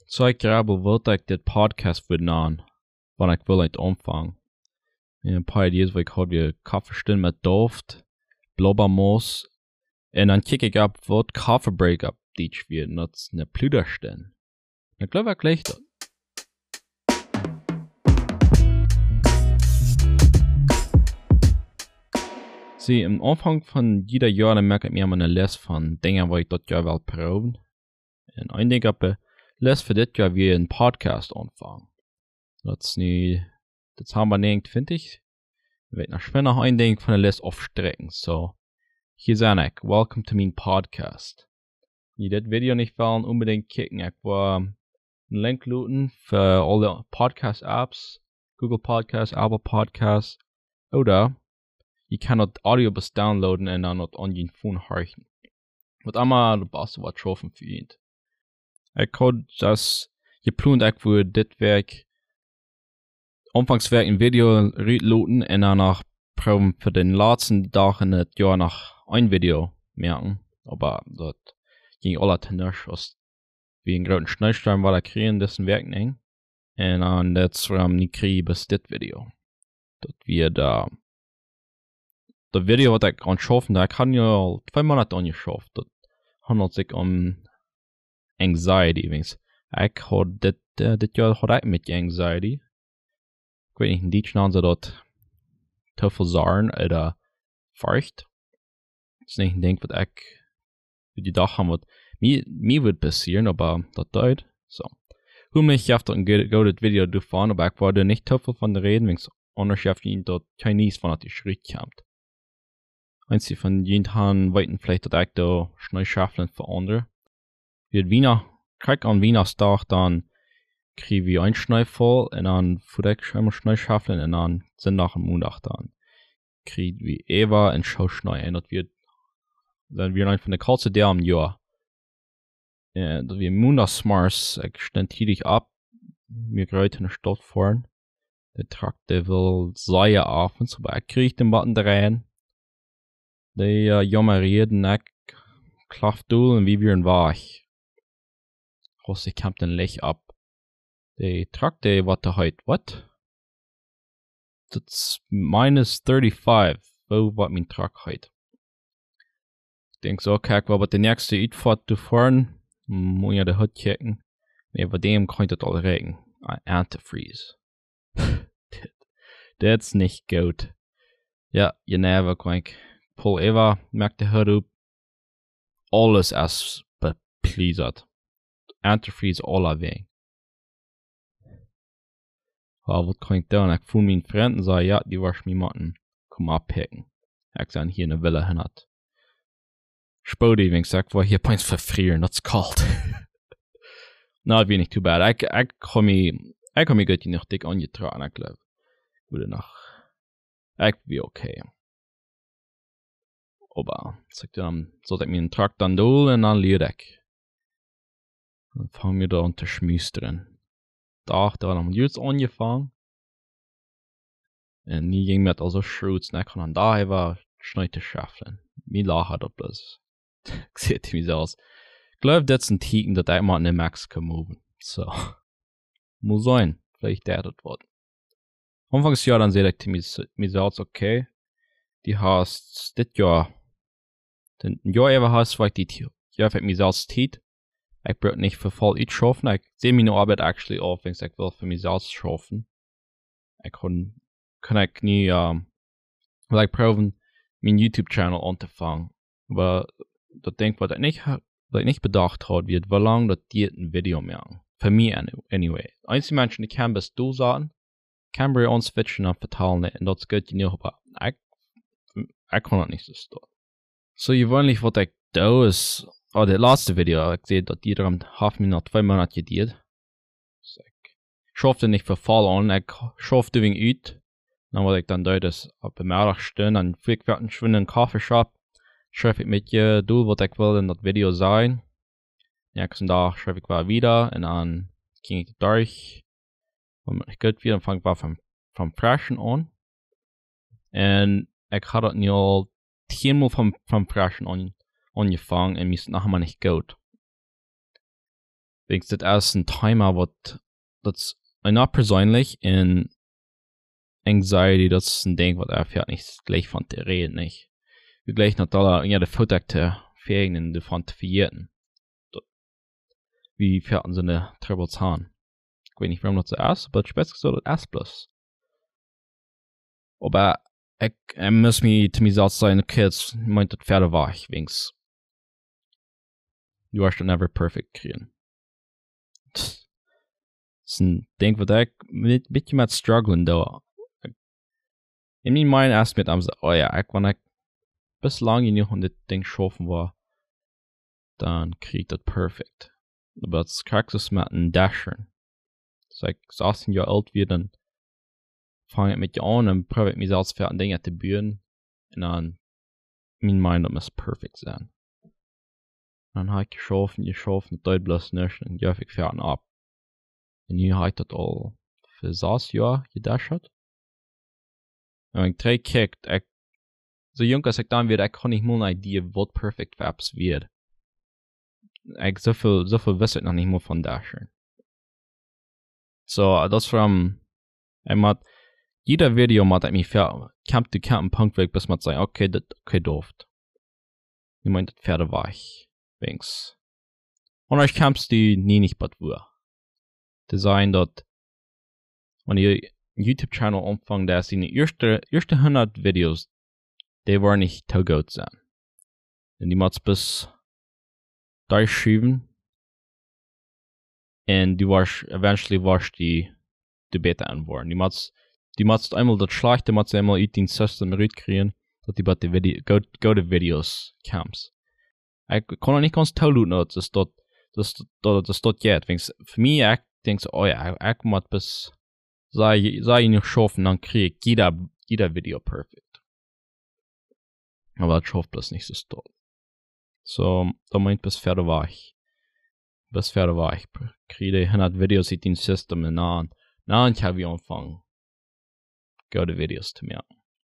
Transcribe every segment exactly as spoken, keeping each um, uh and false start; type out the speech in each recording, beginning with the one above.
So ik grabbel wilde ik dit podcast willen aan, want ik wil het omvangen. In een paar ideeën waar ik had weer koffiestunden met Doft, Blubbermoos, en dan kijk ik op wat koffiebrek op die weer, dat is een Plüderstund. Ik geloof ik gleich dat. Zie, am Anfang von jeder Jahr dann merke ich mir mal eine Liste von Dingen, wo ich das Jahr will proben. Und ein Ding habe les für dit Jahr wie ein Podcast anfangen. Das ist nie, das haben wir nicht, finde ich. Ich werde noch noch ein Ding von der Liste aufstrecken. So, hier sind ich. Welcome to mein Podcast. Wenn ihr das Video nicht wollen, unbedingt kicken. Ich war einen Link looten für alle Podcast-Apps. Google Podcasts, Apple Podcasts. Oder je kann das Audio bis downloaden und dann das an den Phone horchen. Wat allemaal de beste wat troffen verdient. Ik had das geplant, ik voor dit werk, Anfangswerk in Video reloaden en danach proben für den letzten Tag in het jaar noch ein Video merken. Aber das ging alles nicht, als wie ein großen Schnellsturm war, da kriegen dessen Werk nicht. Und dann das wir nicht kriegen bis das Video. Das wir da das Video, was ich an schaffen, da kann ja zwei Monate angeschafft. Das handelt sich um Anxiety übrigens. Ich hatte das, äh, das Jahr hatte ich mit Anxiety. Ich weiß nicht, in Deutsch nennen sie das Teufelsaaren oder Furcht. Das ist nicht ein Ding, was ich für die Dach haben, was mir, mir wird passieren, aber das dauert. So. Hoe mich auf das Video durchfahren, aber ich war da nicht Teufel von der Reden, wenn es anders auf ihn dort Chinese von der Schritt kommt. Einzig von jeden Tagen weiten vielleicht, dass ich da schnell schaffen für andere. Wird Wiener, krieg an Wienerstag, dann krieg ich ein Schnell voll, und dann würde ich immer schnell schaffen, und dann sind nach dem Montag dann. Krieg wie Eva und schau schnell, und das wird, dann wird einfach eine kurze der am Jahr. Ja, das wird Montagsmars, ich stand hier ab, mir gerade in der Stadt fahren. Der Traktor will Seier auf, und so, aber ich krieg den Button drehen. Die uh, jammerieren ik klaft doel en wie weer een waag. Als ik hem den licht op. Die trakt die wat de huid. Wat? Dat is minus thirty-five. Wo wat mijn trak huid. Ik denk zo, kijk wel wat de nächste uitvaart te fahren. Moet je de hut kijken. Nee, wat dem kan het al regen. Antifreeze. Dat is niet goed. Ja, je never kan ik. Paul Eva merkt de hut op. Alles als bepleasert. Antifreeze aller weg. Aber wat kan ik doen? Ik voel mijn vriend en zei, ja, die was mijn matten. Kom abpikken. Ik zei hier in de villa hin had. Spoot even, ik zei, ik wil hier opeens verfrieren, dat is koud. Nou, dat vind ik too bad. Ik, ik kan me, ik kan me goed nog dik aangetragen, ik geloof. Ik wil nog, ik ben oké. Okay. Aber sagt dann, so dass ich mir einen Trakt dann dol und dann lied ich. Dann fangen wir da an zu schmüstern. Da hat er dann jetzt angefangen. Und nie ging mir das also schrutz, und ich kann dann da einfach schnell zu schaffen. Mir lachen da bloß. Sieht mich so aus. Ich glaube, das ist ein Ticken, dass ich mal in den Max kann moven. So. Muss sein. Vielleicht der das Wort. Anfangsjahr dann sehe ich mir so aus, okay. Die hast das Jahr. Den Jahr even hast, weil ich die Jahr für mich selbst tät. Ich brauche nicht für voll ich schaffen. Ich sehe meine Arbeit actually auf, wenn ich will für mich selbst schaffen. Ich kann, kann ich nie, ähm, weil ich proben, meinen YouTube-Channel anzufangen. Aber das Ding, was ich nicht, was ich nicht bedacht habe, wird, wie lange das geht ein Video mehr. Für mich anyway. Einzige Menschen, die kann bis du sagen, kann bei uns switchen und verteilen, und das geht nicht, aber ich, ich kann das nicht so stehen. So gewöhnlich, was ich da ist, oh, das letzte Video, ich sehe, dass die daran half mir nach zwei Monaten gedient. So, ich schaffte nicht für voll an, ich schaffte wegen ut. Dann was ich dann da, das ab dem Mittag stehen, dann flieg ich einen schwinden Kaffeeshop, schreibe ich mit dir, du, was ich will in das Video sein. Nächsten Tag schreibe ich wieder, und dann ging ich durch. Und ich geht wieder, und fange ich vom, vom Freshen an. Und ich hatte nicht Tienmal vom, vom Freshen an, angefangen und mir ist nachher mal nicht gut. Wenigstens das ist ein Timer, was das einer persönlich in Anxiety, das ist ein Ding, was er fährt nicht gleich von der Rede nicht. Wie gleich noch da ja der Fotakte Ferien de von Vierten. Wie fährten sie eine Trebelzahn? Ich weiß nicht, warum das zuerst, aber später so das erst bloß. Aber ich, ich muss mir zu mir selbst sagen, okay, jetzt meint das Pferde war ich, wenigstens. Du hast never perfect kriegen. Das ist ein Ding, was ich mit, mit jemand strugglen da. In meinem Mind erst mit am so, oh ja, ich, wenn ich bis lange genug an das Ding schaffen war, dann krieg ich das perfekt. Aber das kriegst du mit einem Dashern. Das ich sechzehn Jahre alt wird, dann fange ich mit dir an und probiere mich selbst für ein Ding zu bühren. Und dann, in meinem Mind, das muss perfekt sein. Dann habe ich geschaffen, geschaffen, das bloß nicht, und ja, ich fährten ab. Und nu habe ich das all für sechs Jahre gedasht. Und wenn ich drei kickt, ich, so jung als ich dann wird, ich kann nicht mal eine Idee, was perfekt für Apps wird. Ich so viel, so viel weiß ich noch nicht mehr von Dashen. So, das from, ich mat, jeder Video mat ich mich fer, kämpft die Kämpfen Punkt weg, bis man sagt, okay, das, okay, dooft. Ich meint, das Pferde war ich, wenigstens. Und euch kämpfst die nie nicht bad wur. Das sein, dort, wenn ihr YouTube-Channel umfangen, da ist die erste, erste hundert Videos, die waren nicht to gut sein. Und die mats bis durchschieben. Und du warst, eventually warst die, die Beta anworden. Die mats, die mats einmal das schlechte, mats einmal in den System kriegen, dass die bad die Video, go, go to Videos camps. Ich kann auch nicht ganz toll tun, dass das dort, das, das, das dort geht. Für mich, ich denke so, oh ja, ich mat bis, sei, sei ich nicht schaffen, dann krieg ich jeder, jeder Video perfekt. Aber das schafft bloß nicht so toll. So, da meint bis fertig war ich. Bis fertig war ich. Kriege die hundert Videos in den System und dann, dann habe ich angefangen, gute Videos zu machen.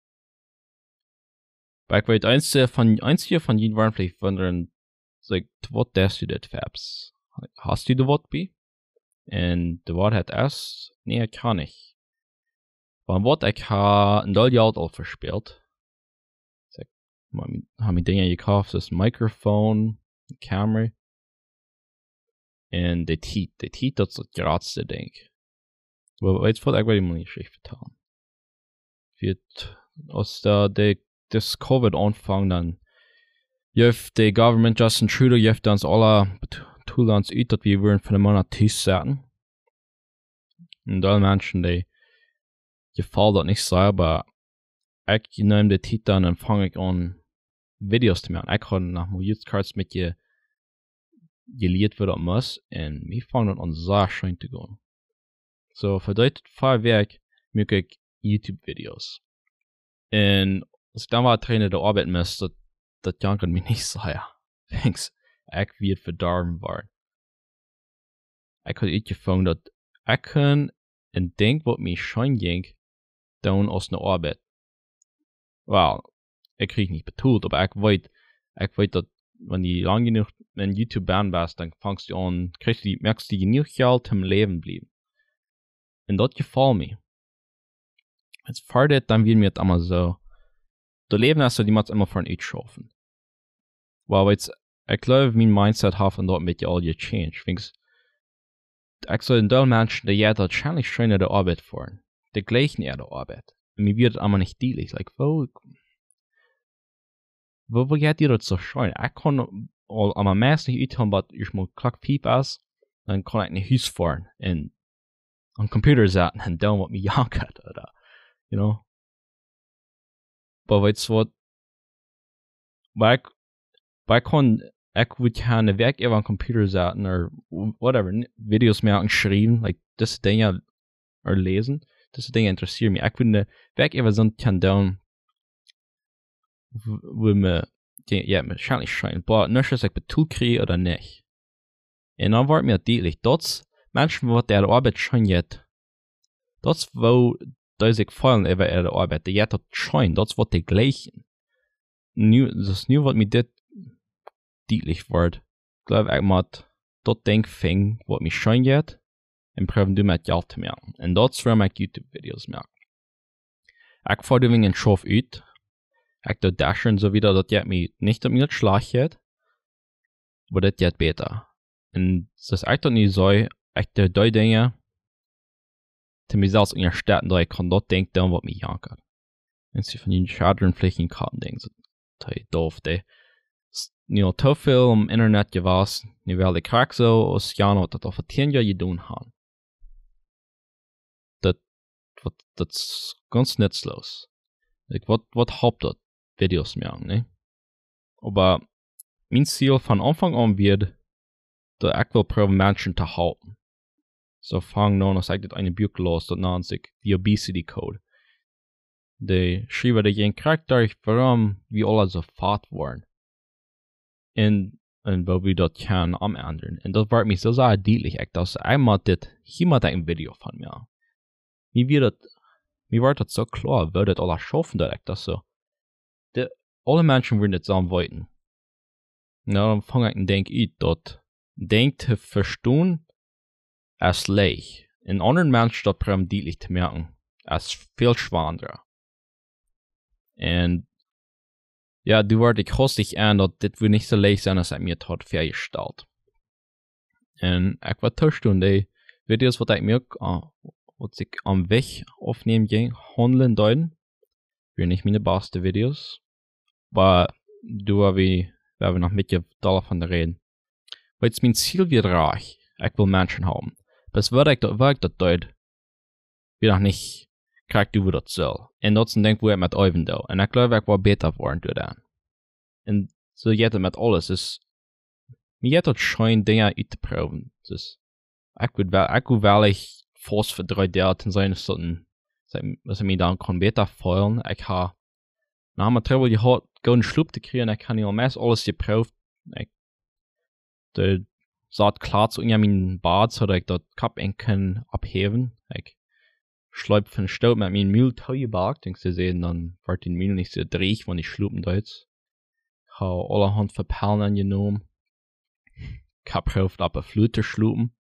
Weil ich weiß, einzige von, einzige von ihnen waren vielleicht wundern, like, was darfst du das für Apps? Hast du das Wort bei? Und das Wort hat es? Nee, ich kann nicht. Weil was ich habe ein Jahr alt verspielt. Ich habe mir Dinge gekauft, das Mikrofon, Kamera. Und die Tiet, die Tiet, das ist das geratste Ding. Aber jetzt wollte ich wirklich mal nicht schlecht vertellen. Wird aus der, der, das Covid-Anfang dann, jöft der Government Justin Trudeau, jöft uns alle tun uns ut, dass wir würden von der Monat Tisch setzen. Und alle Menschen, die gefällt das nicht so, aber ich nehme die Tiet dann und fange ich an, Videos zu machen. Ich kann nach Musiccards mit je geliert wird muss, und wir fangen an sehr schön zu gehen. So, für das Fall Werk mache ich YouTube-Videos. Und als ich dann war Trainer der Arbeit müsste, das jankert mich nicht so, ja. Thanks. Ich wird verdorben war. Ich habe nicht gefunden, dass ich kann ein Ding, was mich schön ging, dann aus der Arbeit. Well, ich krieg nicht betont, aber ich weiß, ich weiß, dass wenn du lang genug in YouTube band bist, dann fangst du an, kriegst du, merkst du genug Geld zum Leben bleiben. Und das gefällt mir. Jetzt fordert dann wird mir das immer so, das Leben ist so, die muss immer von euch schaffen. Weil jetzt, ich glaube, mein Mindset hat von dort mit all gechanged. Ich so ein Teil Menschen, die jetzt wahrscheinlich schon in der Arbeit fahren, die gleichen in der Arbeit. Und mir wird aber nicht dienlich, like, wo, wo, wo geht ihr das so schön? Ich kann am meisten nicht uithören, aber ich mal klack piep aus, dann kann ich nicht Haus fahren und am Computer setzen und dann, was mich jankert, oder, you know? Aber weißt du was, weil ich, weil ich kann, ich würde gerne Werk über am Computer setzen, oder whatever, Videos mehr schreiben, like, das Dinge, oder lesen, das Dinge interessieren mich. Ich würde Werk über so ein kann down, wo mir, ja, wahrscheinlich scheint, aber nicht, dass ich betont kriege oder nicht. Und dann wird mir deutlich, dass Menschen, die der Arbeit schon jetzt, das, wo die sich fallen über ihre Arbeit, die jetzt scheint, das wird die gleichen. Nu, das ist nur, was mir das deutlich wird. Ich glaube, ich muss dat ding ving wat mij schoon gaat en probeer doen met geld te maken. En dat is waarom ik YouTube-video's maak. Ik voer die dingen schof uit. Ik doe dashen zo wieder, dat je mij niet op mij slag gaat. Maar dat gaat beter. En dus ik dat niet zo, ik doe die dingen te mezelf in je stad, dat ik kan dat ding doen wat mij jankert. En ze van die schaderen vliegen kan dingen. Dat is doof, die. Nu al te veel om internet gewas, nu wel de krak zo, als Jan wat dat al voor tien jaar je doen gaan. Dat, wat, dat is ganz nutzlos. Ik, wat, wat hoopt dat video's maken, ne? Aber mijn ziel van Anfang an wird, dat ik wil proberen mensen te helpen. So fang nou, als ik dit eine Buch los, dat nennt sich The Obesity Code. De schrijven dat je een karakter waarom we alle zo fat worden. En, en waar we dat gaan aanändern. En dat wordt mij zo sehr duidelijk. Ik dacht, ik moet dit, hier moet ik een video van mij. Mir wird dat, mir wordt dat zo klar, wil dat alle schaffen, dat ik dat zo. De, alle mensen willen het zo weten. Nou, dan vang ik en denk uit dat denk te verstaan is leeg. En anderen mensen dat proberen duidelijk te merken, is veel zwaarder. En ja, du wordt ik hostig aan dat dit wil niet zo leeg zijn als ik mir het had vergesteld. En ik wat toestoen, die video's wat ik mir ook, uh, wat ik am weg opneem ging, handelen duiden. Weer niet mijn beste video's. Maar du hebben we, we hebben nog een beetje dollar van de reden. Maar het is mijn ziel weer raar. Ik wil mensen hebben. Dus wat ik dat, wat ik dat duid, weer nog niet, krijg du dat zo. En dat is een ding waar ik met Oven doe. En ik geloof ik wel beter worden door dat. En zo je het met alles. Dus, je hebt dat schoon dingen uit te proberen. Dus, ik wil wel, ik wil wel echt vast voor drie dagen ten zijn zo'n, dat ze mij dan kan beter voelen. Ik ga, na mijn trouwel je had gewoon sloep te krijgen. Ik ga niet al meest alles geproefd. Ik, de, zat klaar zo in mijn bad, zodat ik dat kap en kan opheven. Ik sluip van stoot met mijn muil toegebakt. Denk ze zeggen, dan wordt die muil niet zo dreig, want ik sloep Duits. Ik ga allerhand verpellen aangenomen. Ik heb geproefd op een vloed te sloepen.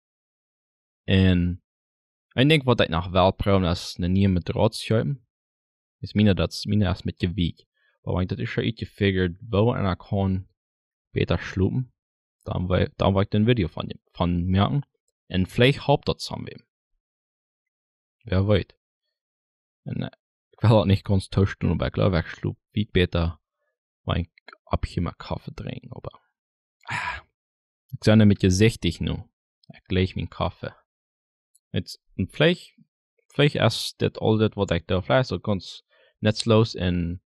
En ik denk wat ik nog wel probeer is een nieuwe draad schuiven. Is minder dat minder als met je wieg. Maar wanneer dat is schon uitgefigured, wo en ik kan beter sloepen. Dan wil, dan wil ik een video van, van merken. En vielleicht hoopt dat samen. Wer weet. En uh, ik wil dat niet ganz tussen doen, maar ik geloof ik sloep viel beter, wanneer ik abje met Kaffee drinken. Aber ah, ik ben een beetje zichtig nu. Ik leeg mijn Kaffee. Het, en vielleicht, vielleicht is dit al dit wat ik doe. Vielleicht is het ganz netzlos en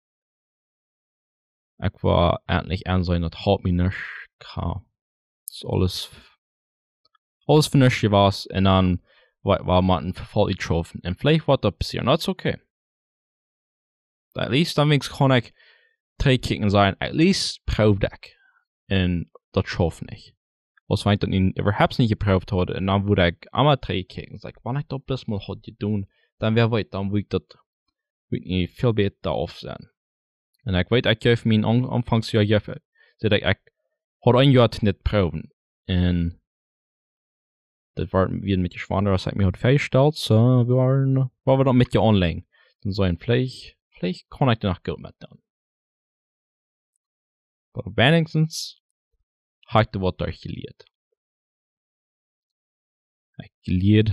ik wil eindelijk aanzien dat houdt me niet. Ik ga dus alles, alles voor niks was en dan waar man een verval getroffen. En vielleicht wat dat passieren. Dat is oké. Okay. At least dan wenigstens kan ik twee kijken zijn. At least proefde ik. En dat schoof niet. Als wij dat niet, überhaupt niet geproefd hadden. En dan would ik allemaal twee kijken. Dus wanneer ik dat best mal had gedaan. Dan wer weet, dan wil ik dat weet niet, veel beter af zijn. En ik weet, ik heb mijn aanvangsjaar gegeven. Zodat ik, ik had een jaar niet proeven. En dat war weer met je zwanger als ik me had vastgesteld. So, we waren, waren we dan met je online. Dan zijn vielleicht, vielleicht kan ik er nog goed met doen. Maar wenigstens heb ik er wat door geleerd. Ik geleerd,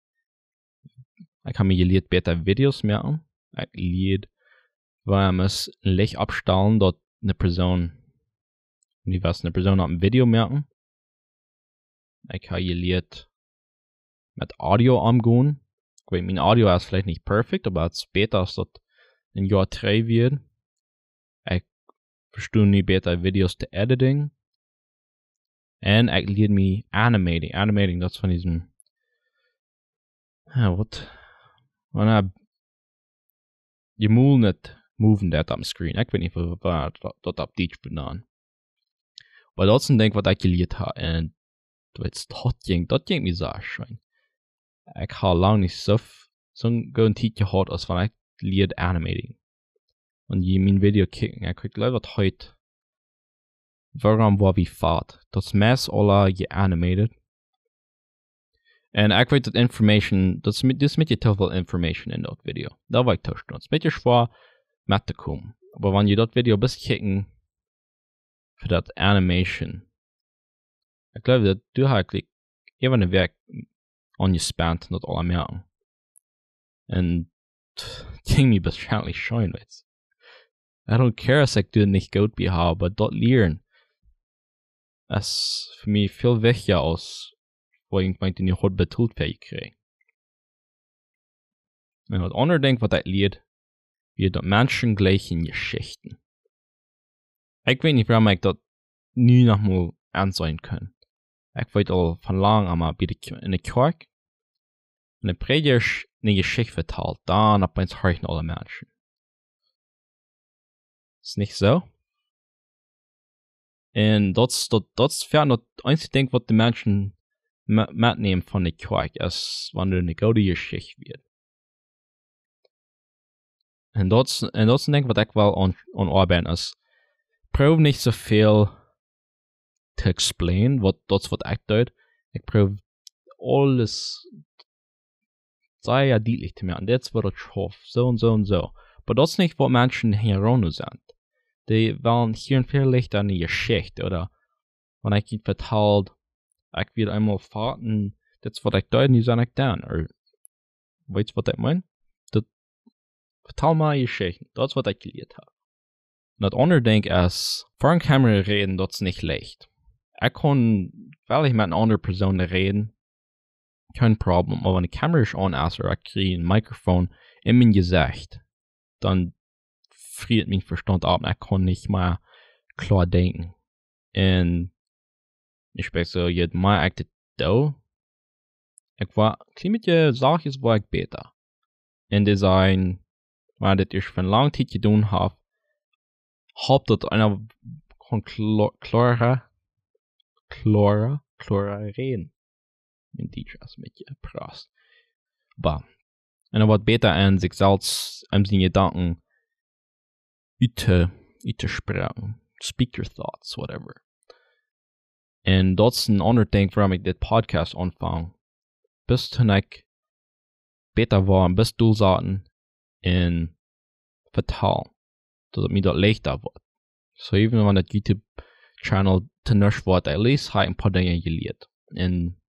ik heb me geleerd beter video's maken. Ik geleerd, waar we een licht opstellen dat een persoon, niet was een persoon op een video maken. Ik heb geleerd met audio omgaan. Ik weet, mijn audio is vielleicht niet perfect, aber het is beter als dat een jaar twee wird. Ik verstehe nu beter video's te editing. En ik leer me animating. Animating, dat is van diesem, ja, wat? Wanneer je moet niet moven dat op mijn screen. Ik weet niet waar dat op Deutsch benaan. Maar dat is een ding wat ik geleerd heb. En dat ging, dat ging me zo schön. Ik heb lang niet zo zo'n goed tijdje gehad als wanneer ik leerde animating. Want je mijn video kijken, ik weet geloof dat heute waarom waar wie vaart. Dat is meest alle geanimated. En ik weet dat information, dat is met, dat is met je te veel information in dat video. Dat wil ik tussen. Het is een beetje zwaar met te komen. Maar wanneer je dat video best kijken voor dat animation, ik geloof dat du eigenlijk even een werk aan je spant dat alle merken. En het ging me waarschijnlijk schijn, weet je. I don't care als ik het niet goed behaal, maar dat leren is voor mij veel wichtiger als wat ik meinte niet goed betoeld bij je krijg. En wat andere denk wat ik leert, wie dat mensen gleich in Geschichten. Ik weet niet waarom ik dat nu nog mal aanzien kan. Ik weet al van lang aan bij de in de kerk. En de prediger een Geschichte vertelt, dan opeens horchen alle mensen. Is niet zo? En dat is dat dat is ver dat einzige ding wat de mensen metnemen van de kerk is wanneer een goede Geschichte wird. En dat is en dat is een ding wat ik wel aan aan arbeiden is. Probeer niet zoveel te explain wat dat is wat ik doe. Ik probeer alles sehr duidelijk te maken. Dit is wat ik hoop. Zo en zo en zo. Maar dat is niet wat mensen hieronder zijn. Die willen hier veel licht aan die Geschichte. Oder wanneer ik iets vertel, ik wil eenmaal vaten. Dit is wat ik doe, nu zijn ik dan. Or, weet je wat ik meen? Dat, vertel maar je Geschichte. Dat is wat ik geleerd heb. Dat andere ding is, voor een camera reden, dat is niet leicht. Ik kan wel met een andere persoon reden. Geen probleem. Maar wanneer de camera is aan is, of ik krijg een microfoon in mijn gezicht, dan friert mijn verstand ab. Ik kan niet meer klaar denken. En ik spreek zo, je hebt mij echt het doe. Ik was een klein beetje zachtjes waar ik beter. En design, waar dit is van lang tijd gedaan heb, hoop dat einer kon Chlora, Chlora, Chlora reden. Mijn teacher is een beetje prast. Maar, en wat beter aan zichzelf, om zijn gedanken uit te, uit te spreken. Speak your thoughts, whatever. En dat is een ander ding waarom ik dit podcast aanvang. Bis toen ik beter was, bis doelzaten en vertaal. Dat het me dat lichter wordt. So even wanneer het YouTube channel te nusch wordt, at least heb ik een paar dingen geleerd. En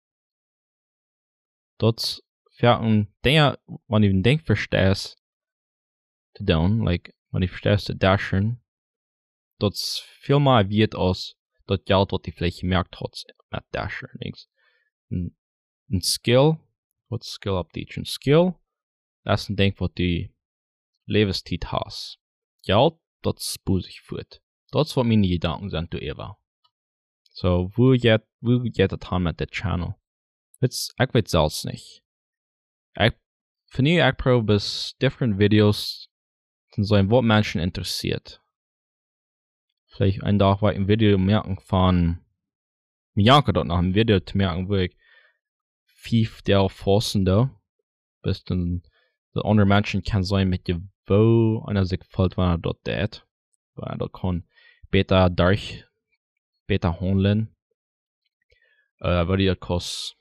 dat is een dingen, wanneer je een ding verstaat te doen, like wanneer je verstaat te dashen, dat is veel meer weet als dat geld wat je vielleicht gemerkt had met dashen. Een, een skill, wat is skill op teach? Een skill, dat is een ding wat je levenstijd has. Geld, dat is boezig voert. Dat is wat mijn gedanken zijn toe even. So, hoe gaat, hoe gaat het aan met dit channel? It's, ik weet zelfs niet. Ik, voor nu, ik probeer dus different video's te zijn wat mensen interesseert. Vielleicht een dag waar ik een video merken van, mir janke dat nog een video te merken waar ik vijf deel forsen doe. Bis dan de andere mensen kan zijn met je wo, en als ik valt wanneer dat deed. Wanneer dat kan beter durch, beter handelen. Uh, waar die dat kost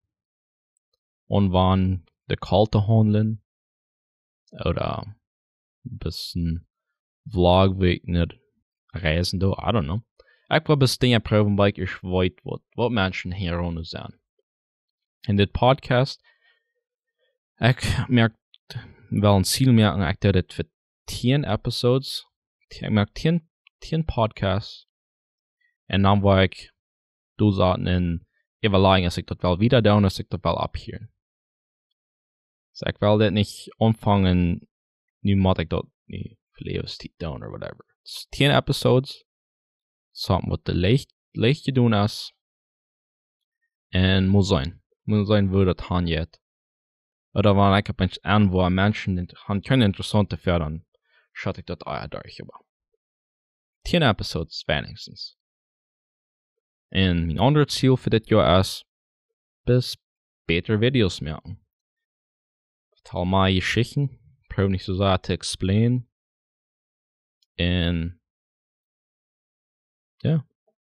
onwaan de kalte handelen. Oder ein bisschen vlog, wie ich nicht reisen do, I don't know. Ik wil best dingen proben waar ik eens weet wat, wat mensen hieronder zijn. In dit podcast, ik merk wel een ziel merken, ik doe dit voor tien episodes. Ik merk tien, tien podcasts. En dan wil ik doorzaten in evalueren als ik dat wel wieder doe, als ik dat wel abhieren. Dus ik wil dit niet omvangen, nu moet ik dat niet verleden doen of whatever. Dus tien episodes. Samen wat de licht, lichtje doen is. En moet zijn. Moet zijn hoe dat gaan gaat. Oder wanneer ik op een aan waar mensen gaan kunnen interessante verder, schat ik dat uit door. tien episodes wenigstens. En mijn andere ziel voor dit jaar is, bis beter video's maken. Vertel mij je geschichten, probeer niet zo zaad te explain. En ja.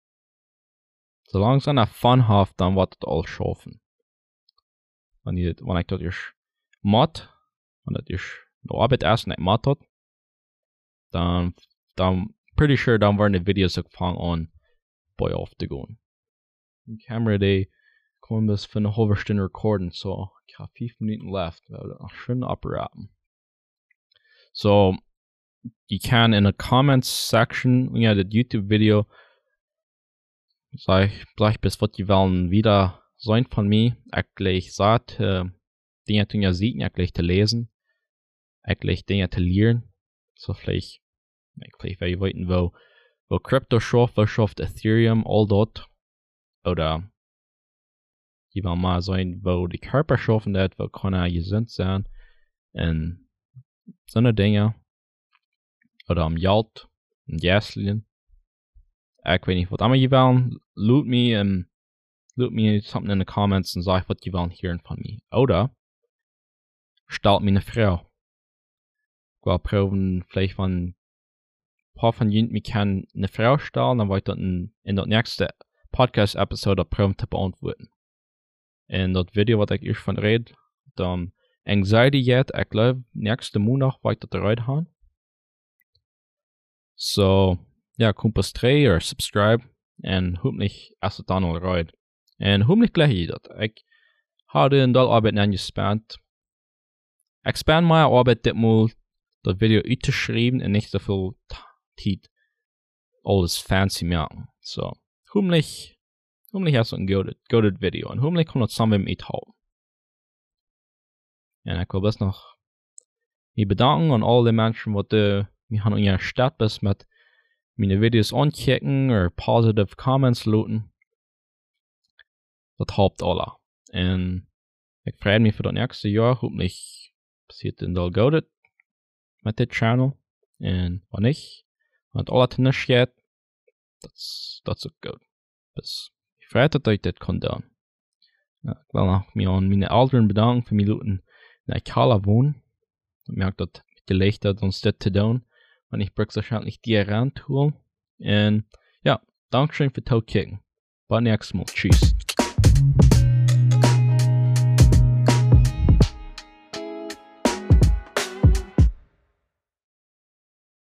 Solange es einer Fun hat, dann wird das alles schaffen. Wenn ich, wenn ich das ist matt, wenn das ist eine Arbeit erst nicht matt hat, dann, dann, pretty sure, dann werden die Videos auch fangen an, bei aufzugehen. Die Kamera, die kann bis für eine halbe Stunde recorden, so, ich habe fünf Minuten left, weil das noch schön abraten. So, you can in the comments section, ja, das YouTube-Video, sag ich bis was die wollen wieder sein von mir, eigentlich sagt, äh, Dinge zu ja sehen, eigentlich zu lesen, eigentlich Dinge zu lernen, so vielleicht, vielleicht, weil ich wissen, wo, wo Crypto schafft, wo schafft Ethereum, all dort, oder, die wollen mal sein, wo die Körper schaffen, das, wo kann er gesund sein, und so eine Dinge, oder am Geld, und Gästlin, ich weiß nicht, was immer die wollen, loot me, um, loot me something in the comments und sag, was die wollen hören von mir. Oder stellt mir eine Frau. Ich will probieren, vielleicht wenn ein paar von Ihnen mich kann eine Frau stellen, dann wollte ich in, in der nächsten Podcast-Episode probieren zu beantworten. In das Video, was ich erst von rede, dann Anxiety jetzt, ich glaube, nächsten Monat weiter zu reden haben. So, ja, kommt drei oder subscribe und hoffentlich erst dann noch rein. Und hoffentlich gleich das. Ich habe in der Arbeit nicht gespannt. Ich spann meine Arbeit das mal, das Video auszuschreiben und nicht so viel Zeit alles fancy machen. So, hoffentlich, hoffentlich hast du ein gutes, gutes Video und hoffentlich kann das zusammen mit halten. Und ich will bis noch mich bedanken an alle die Menschen, die mich an ihrer Stadt bis mit meine Videos anchecken oder positive Comments lauten. Das helpt alle. Und ich freue mich für das nächste Jahr. Hoffentlich passiert in der Gute mit dem Channel. Und wenn nicht, wenn alle zu nichts geht, das ist auch gut. Bis ich freue mich, dass ich das kann tun. Ja, ich will noch mich an meine Eltern bedanken für mich Leuten in Ikala wohnen. Ich merke, dass ich gelegt habe, uns das zu tun. Und ich brauche wahrscheinlich die Randtool. Und ja, Dankeschön für Taukicken. Bis nächstes Mal. Tschüss.